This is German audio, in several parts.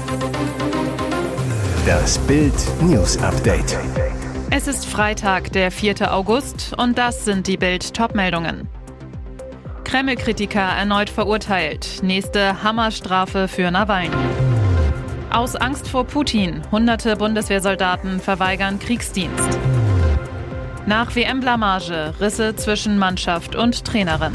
Das Bild News Update. Es ist Freitag, der 4. August, und das sind die Bild-Top-Meldungen. Kreml-Kritiker erneut verurteilt. Nächste Hammerstrafe für Nawalny. Aus Angst vor Putin. Hunderte Bundeswehrsoldaten verweigern Kriegsdienst. Nach WM-Blamage. Risse zwischen Mannschaft und Trainerin.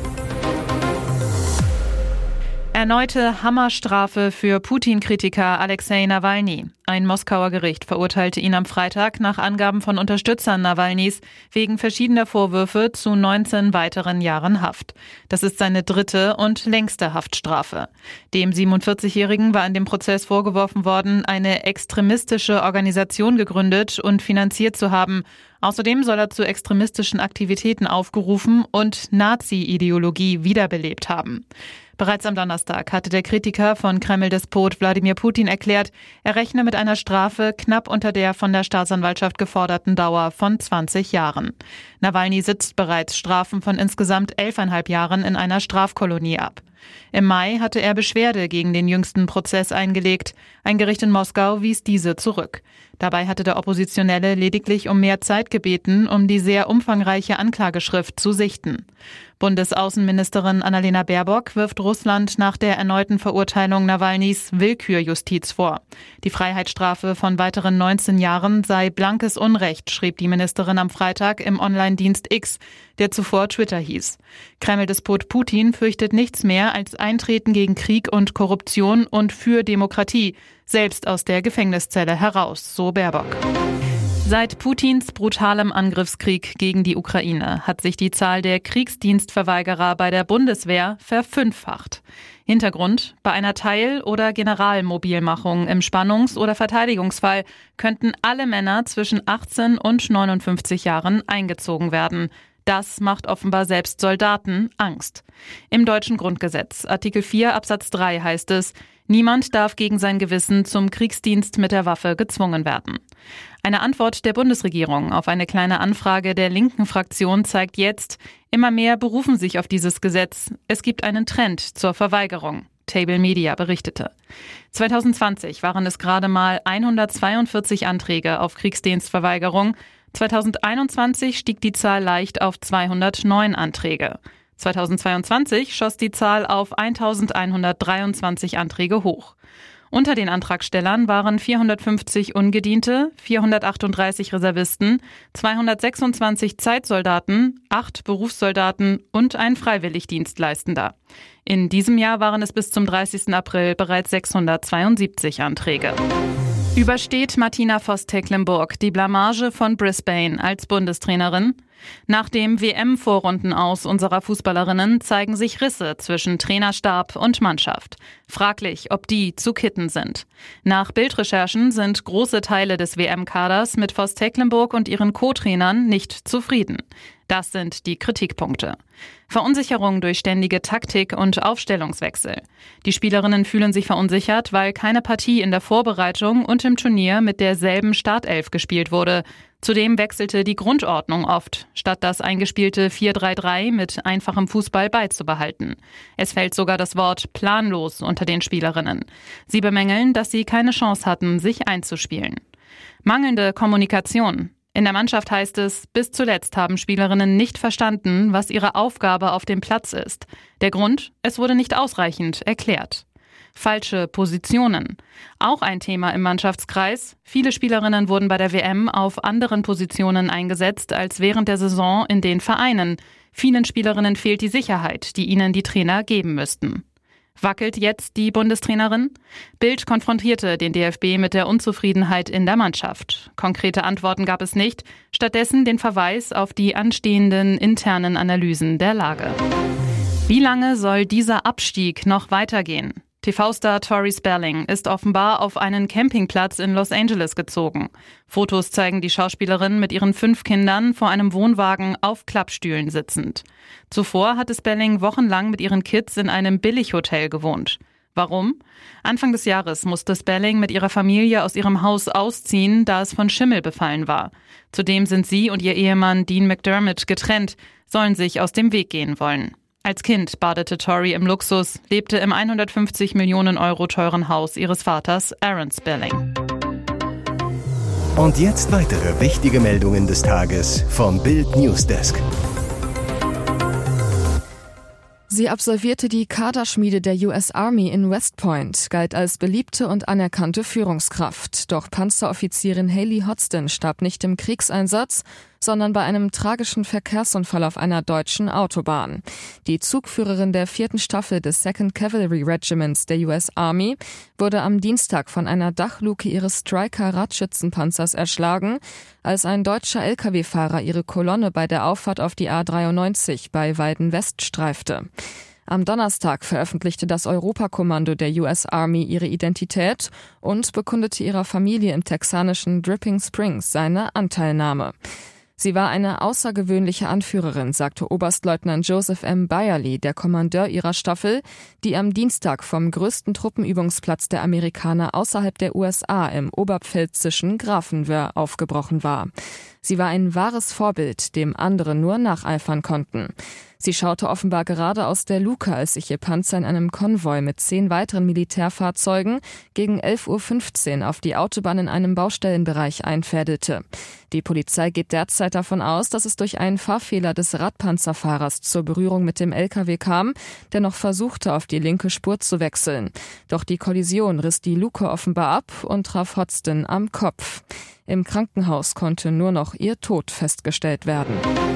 Erneute Hammerstrafe für Putin-Kritiker Alexei Nawalny. Ein Moskauer Gericht verurteilte ihn am Freitag nach Angaben von Unterstützern Nawalnys wegen verschiedener Vorwürfe zu 19 weiteren Jahren Haft. Das ist seine dritte und längste Haftstrafe. Dem 47-Jährigen war in dem Prozess vorgeworfen worden, eine extremistische Organisation gegründet und finanziert zu haben. Außerdem soll er zu extremistischen Aktivitäten aufgerufen und Nazi-Ideologie wiederbelebt haben. Bereits am Donnerstag hatte der Kritiker von Kreml-Despot Wladimir Putin erklärt, er rechne mit einer Strafe knapp unter der von der Staatsanwaltschaft geforderten Dauer von 20 Jahren. Nawalny sitzt bereits Strafen von insgesamt 11,5 Jahren in einer Strafkolonie ab. Im Mai hatte er Beschwerde gegen den jüngsten Prozess eingelegt. Ein Gericht in Moskau wies diese zurück. Dabei hatte der Oppositionelle lediglich um mehr Zeit gebeten, um die sehr umfangreiche Anklageschrift zu sichten. Bundesaußenministerin Annalena Baerbock wirft Russland nach der erneuten Verurteilung Nawalnys Willkürjustiz vor. Die Freiheitsstrafe von weiteren 19 Jahren sei blankes Unrecht, schrieb die Ministerin am Freitag im Online-Dienst X, der zuvor Twitter hieß. Kreml-Despot Putin fürchtet nichts mehr als Eintreten gegen Krieg und Korruption und für Demokratie, selbst aus der Gefängniszelle heraus, so Baerbock. Seit Putins brutalem Angriffskrieg gegen die Ukraine hat sich die Zahl der Kriegsdienstverweigerer bei der Bundeswehr verfünffacht. Hintergrund: Bei einer Teil- oder Generalmobilmachung im Spannungs- oder Verteidigungsfall könnten alle Männer zwischen 18 und 59 Jahren eingezogen werden. Das macht offenbar selbst Soldaten Angst. Im deutschen Grundgesetz, Artikel 4 Absatz 3 heißt es, niemand darf gegen sein Gewissen zum Kriegsdienst mit der Waffe gezwungen werden. Eine Antwort der Bundesregierung auf eine kleine Anfrage der linken Fraktion zeigt jetzt, immer mehr berufen sich auf dieses Gesetz. Es gibt einen Trend zur Verweigerung. Table Media berichtete. 2020 waren es gerade mal 142 Anträge auf Kriegsdienstverweigerung. 2021 stieg die Zahl leicht auf 209 Anträge. 2022 schoss die Zahl auf 1123 Anträge hoch. Unter den Antragstellern waren 450 Ungediente, 438 Reservisten, 226 Zeitsoldaten, 8 Berufssoldaten und ein Freiwilligdienstleistender. In diesem Jahr waren es bis zum 30. April bereits 672 Anträge. Übersteht Martina Voss-Tecklenburg die Blamage von Brisbane als Bundestrainerin? Nach dem WM-Vorrundenaus unserer Fußballerinnen zeigen sich Risse zwischen Trainerstab und Mannschaft. Fraglich, ob die zu kitten sind. Nach Bildrecherchen sind große Teile des WM-Kaders mit Voss-Tecklenburg und ihren Co-Trainern nicht zufrieden. Das sind die Kritikpunkte. Verunsicherung durch ständige Taktik- und Aufstellungswechsel. Die Spielerinnen fühlen sich verunsichert, weil keine Partie in der Vorbereitung und im Turnier mit derselben Startelf gespielt wurde. Zudem wechselte die Grundordnung oft, statt das eingespielte 4-3-3 mit einfachem Fußball beizubehalten. Es fällt sogar das Wort planlos unter den Spielerinnen. Sie bemängeln, dass sie keine Chance hatten, sich einzuspielen. Mangelnde Kommunikation. In der Mannschaft heißt es, bis zuletzt haben Spielerinnen nicht verstanden, was ihre Aufgabe auf dem Platz ist. Der Grund? Es wurde nicht ausreichend erklärt. Falsche Positionen. Auch ein Thema im Mannschaftskreis. Viele Spielerinnen wurden bei der WM auf anderen Positionen eingesetzt als während der Saison in den Vereinen. Vielen Spielerinnen fehlt die Sicherheit, die ihnen die Trainer geben müssten. Wackelt jetzt die Bundestrainerin? Bild konfrontierte den DFB mit der Unzufriedenheit in der Mannschaft. Konkrete Antworten gab es nicht, stattdessen den Verweis auf die anstehenden internen Analysen der Lage. Wie lange soll dieser Abstieg noch weitergehen? TV-Star Tori Spelling ist offenbar auf einen Campingplatz in Los Angeles gezogen. Fotos zeigen die Schauspielerin mit ihren 5 Kindern vor einem Wohnwagen auf Klappstühlen sitzend. Zuvor hatte Spelling wochenlang mit ihren Kids in einem Billighotel gewohnt. Warum? Anfang des Jahres musste Spelling mit ihrer Familie aus ihrem Haus ausziehen, da es von Schimmel befallen war. Zudem sind sie und ihr Ehemann Dean McDermott getrennt, sollen sich aus dem Weg gehen wollen. Als Kind badete Tori im Luxus, lebte im 150 Millionen Euro teuren Haus ihres Vaters Aaron Spelling. Und jetzt weitere wichtige Meldungen des Tages vom Bild Newsdesk. Sie absolvierte die Kaderschmiede der US Army in West Point, galt als beliebte und anerkannte Führungskraft. Doch Panzeroffizierin Haley Hodgson starb nicht im Kriegseinsatz, sondern bei einem tragischen Verkehrsunfall auf einer deutschen Autobahn. Die Zugführerin der 4. Staffel des 2nd Cavalry Regiments der US Army wurde am Dienstag von einer Dachluke ihres Stryker-Radschützenpanzers erschlagen, als ein deutscher Lkw-Fahrer ihre Kolonne bei der Auffahrt auf die A93 bei Weiden-West streifte. Am Donnerstag veröffentlichte das Europakommando der US Army ihre Identität und bekundete ihrer Familie im texanischen Dripping Springs seine Anteilnahme. Sie war eine außergewöhnliche Anführerin, sagte Oberstleutnant Joseph M. Byerly, der Kommandeur ihrer Staffel, die am Dienstag vom größten Truppenübungsplatz der Amerikaner außerhalb der USA im oberpfälzischen Grafenwöhr aufgebrochen war. Sie war ein wahres Vorbild, dem andere nur nacheifern konnten. Sie schaute offenbar gerade aus der Luke, als sich ihr Panzer in einem Konvoi mit 10 weiteren Militärfahrzeugen gegen 11:15 Uhr auf die Autobahn in einem Baustellenbereich einfädelte. Die Polizei geht derzeit davon aus, dass es durch einen Fahrfehler des Radpanzerfahrers zur Berührung mit dem LKW kam, der noch versuchte, auf die linke Spur zu wechseln. Doch die Kollision riss die Luke offenbar ab und traf Hodgson am Kopf. Im Krankenhaus konnte nur noch ihr Tod festgestellt werden.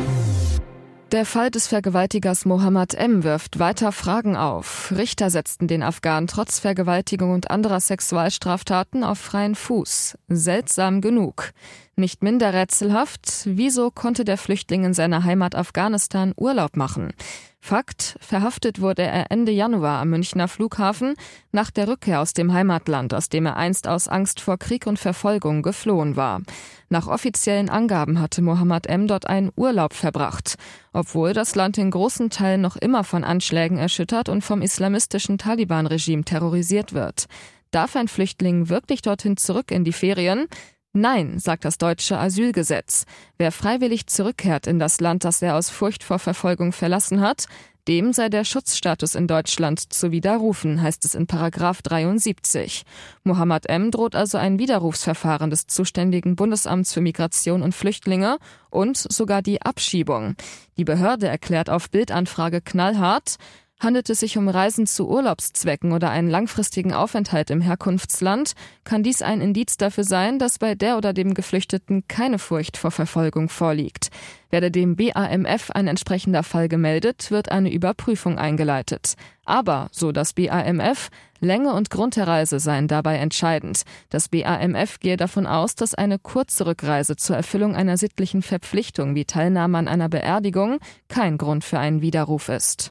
Der Fall des Vergewaltigers Mohammed M. wirft weiter Fragen auf. Richter setzten den Afghanen trotz Vergewaltigung und anderer Sexualstraftaten auf freien Fuß. Seltsam genug. Nicht minder rätselhaft, wieso konnte der Flüchtling in seiner Heimat Afghanistan Urlaub machen? Fakt, verhaftet wurde er Ende Januar am Münchner Flughafen nach der Rückkehr aus dem Heimatland, aus dem er einst aus Angst vor Krieg und Verfolgung geflohen war. Nach offiziellen Angaben hatte Mohammed M. dort einen Urlaub verbracht, obwohl das Land in großen Teilen noch immer von Anschlägen erschüttert und vom islamistischen Taliban-Regime terrorisiert wird. Darf ein Flüchtling wirklich dorthin zurück in die Ferien? Nein, sagt das deutsche Asylgesetz. Wer freiwillig zurückkehrt in das Land, das er aus Furcht vor Verfolgung verlassen hat, dem sei der Schutzstatus in Deutschland zu widerrufen, heißt es in Paragraph 73. Mohammed M. droht also ein Widerrufsverfahren des zuständigen Bundesamts für Migration und Flüchtlinge und sogar die Abschiebung. Die Behörde erklärt auf Bildanfrage knallhart: Handelt es sich um Reisen zu Urlaubszwecken oder einen langfristigen Aufenthalt im Herkunftsland, kann dies ein Indiz dafür sein, dass bei der oder dem Geflüchteten keine Furcht vor Verfolgung vorliegt. Werde dem BAMF ein entsprechender Fall gemeldet, wird eine Überprüfung eingeleitet. Aber, so das BAMF, Länge und Grund der Reise seien dabei entscheidend. Das BAMF gehe davon aus, dass eine kurze Rückreise zur Erfüllung einer sittlichen Verpflichtung wie Teilnahme an einer Beerdigung kein Grund für einen Widerruf ist.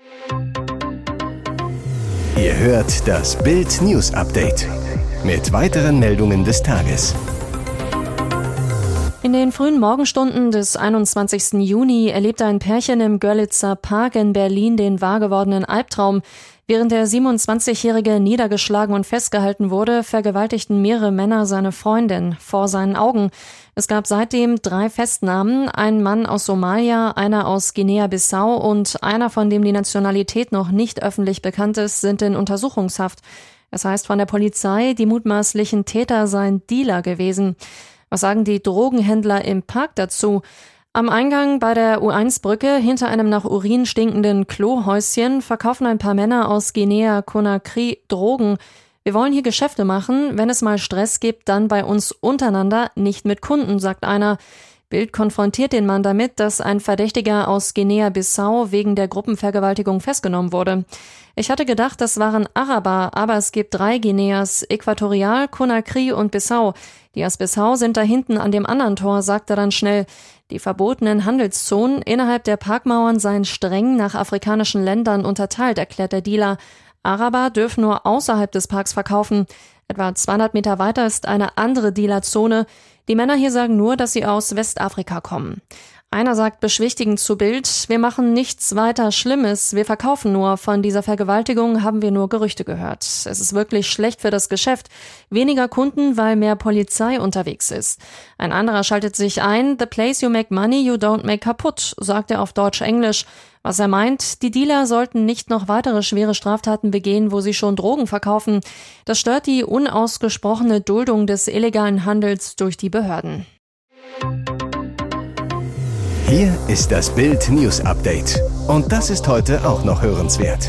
Ihr hört das Bild News Update mit weiteren Meldungen des Tages. In den frühen Morgenstunden des 21. Juni erlebte ein Pärchen im Görlitzer Park in Berlin den wahrgewordenen Albtraum. Während der 27-Jährige niedergeschlagen und festgehalten wurde, vergewaltigten mehrere Männer seine Freundin vor seinen Augen. Es gab seitdem 3 Festnahmen, ein Mann aus Somalia, einer aus Guinea-Bissau und einer, von dem die Nationalität noch nicht öffentlich bekannt ist, sind in Untersuchungshaft. Es heißt von der Polizei, die mutmaßlichen Täter seien Dealer gewesen. Was sagen die Drogenhändler im Park dazu? Am Eingang bei der U1-Brücke, hinter einem nach Urin stinkenden Klohäuschen, verkaufen ein paar Männer aus Guinea-Conakry Drogen. Wir wollen hier Geschäfte machen. Wenn es mal Stress gibt, dann bei uns untereinander, nicht mit Kunden, sagt einer. Bild konfrontiert den Mann damit, dass ein Verdächtiger aus Guinea-Bissau wegen der Gruppenvergewaltigung festgenommen wurde. Ich hatte gedacht, das waren Araber, aber es gibt 3 Guineas, Äquatorial, Conakry und Bissau. Die aus Bissau sind da hinten an dem anderen Tor, sagte dann schnell. Die verbotenen Handelszonen innerhalb der Parkmauern seien streng nach afrikanischen Ländern unterteilt, erklärt der Dealer. Araber dürfen nur außerhalb des Parks verkaufen. Etwa 200 Meter weiter ist eine andere Dealerzone. Die Männer hier sagen nur, dass sie aus Westafrika kommen. Einer sagt beschwichtigend zu Bild: Wir machen nichts weiter Schlimmes, wir verkaufen nur. Von dieser Vergewaltigung haben wir nur Gerüchte gehört. Es ist wirklich schlecht für das Geschäft. Weniger Kunden, weil mehr Polizei unterwegs ist. Ein anderer schaltet sich ein: The place you make money, you don't make kaputt, sagt er auf Deutsch-Englisch. Was er meint, die Dealer sollten nicht noch weitere schwere Straftaten begehen, wo sie schon Drogen verkaufen. Das stört die unausgesprochene Duldung des illegalen Handels durch die Behörden. Hier ist das Bild News Update. Und das ist heute auch noch hörenswert.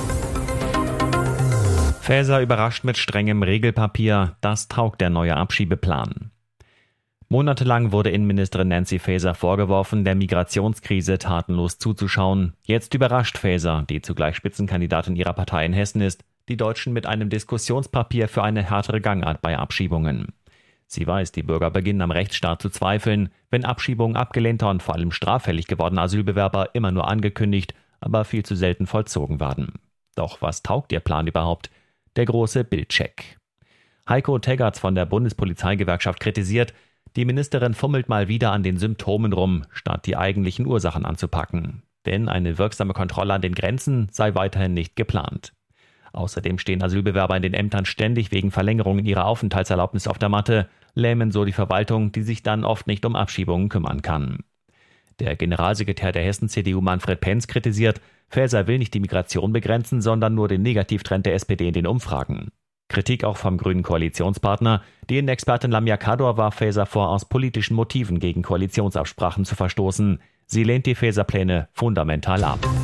Faeser überrascht mit strengem Regelpapier. Das taugt der neue Abschiebeplan. Monatelang wurde Innenministerin Nancy Faeser vorgeworfen, der Migrationskrise tatenlos zuzuschauen. Jetzt überrascht Faeser, die zugleich Spitzenkandidatin ihrer Partei in Hessen ist, die Deutschen mit einem Diskussionspapier für eine härtere Gangart bei Abschiebungen. Sie weiß, die Bürger beginnen am Rechtsstaat zu zweifeln, wenn Abschiebungen abgelehnter und vor allem straffällig gewordener Asylbewerber immer nur angekündigt, aber viel zu selten vollzogen werden. Doch was taugt ihr Plan überhaupt? Der große Bildcheck. Heiko Teggerts von der Bundespolizeigewerkschaft kritisiert, die Ministerin fummelt mal wieder an den Symptomen rum, statt die eigentlichen Ursachen anzupacken. Denn eine wirksame Kontrolle an den Grenzen sei weiterhin nicht geplant. Außerdem stehen Asylbewerber in den Ämtern ständig wegen Verlängerungen ihrer Aufenthaltserlaubnis auf der Matte, lähmen so die Verwaltung, die sich dann oft nicht um Abschiebungen kümmern kann. Der Generalsekretär der Hessen-CDU Manfred Penz kritisiert, Faeser will nicht die Migration begrenzen, sondern nur den Negativtrend der SPD in den Umfragen. Kritik auch vom grünen Koalitionspartner. Die Innenexpertin Lamia Kador warf Faeser vor, aus politischen Motiven gegen Koalitionsabsprachen zu verstoßen. Sie lehnt die Faeser-Pläne fundamental ab.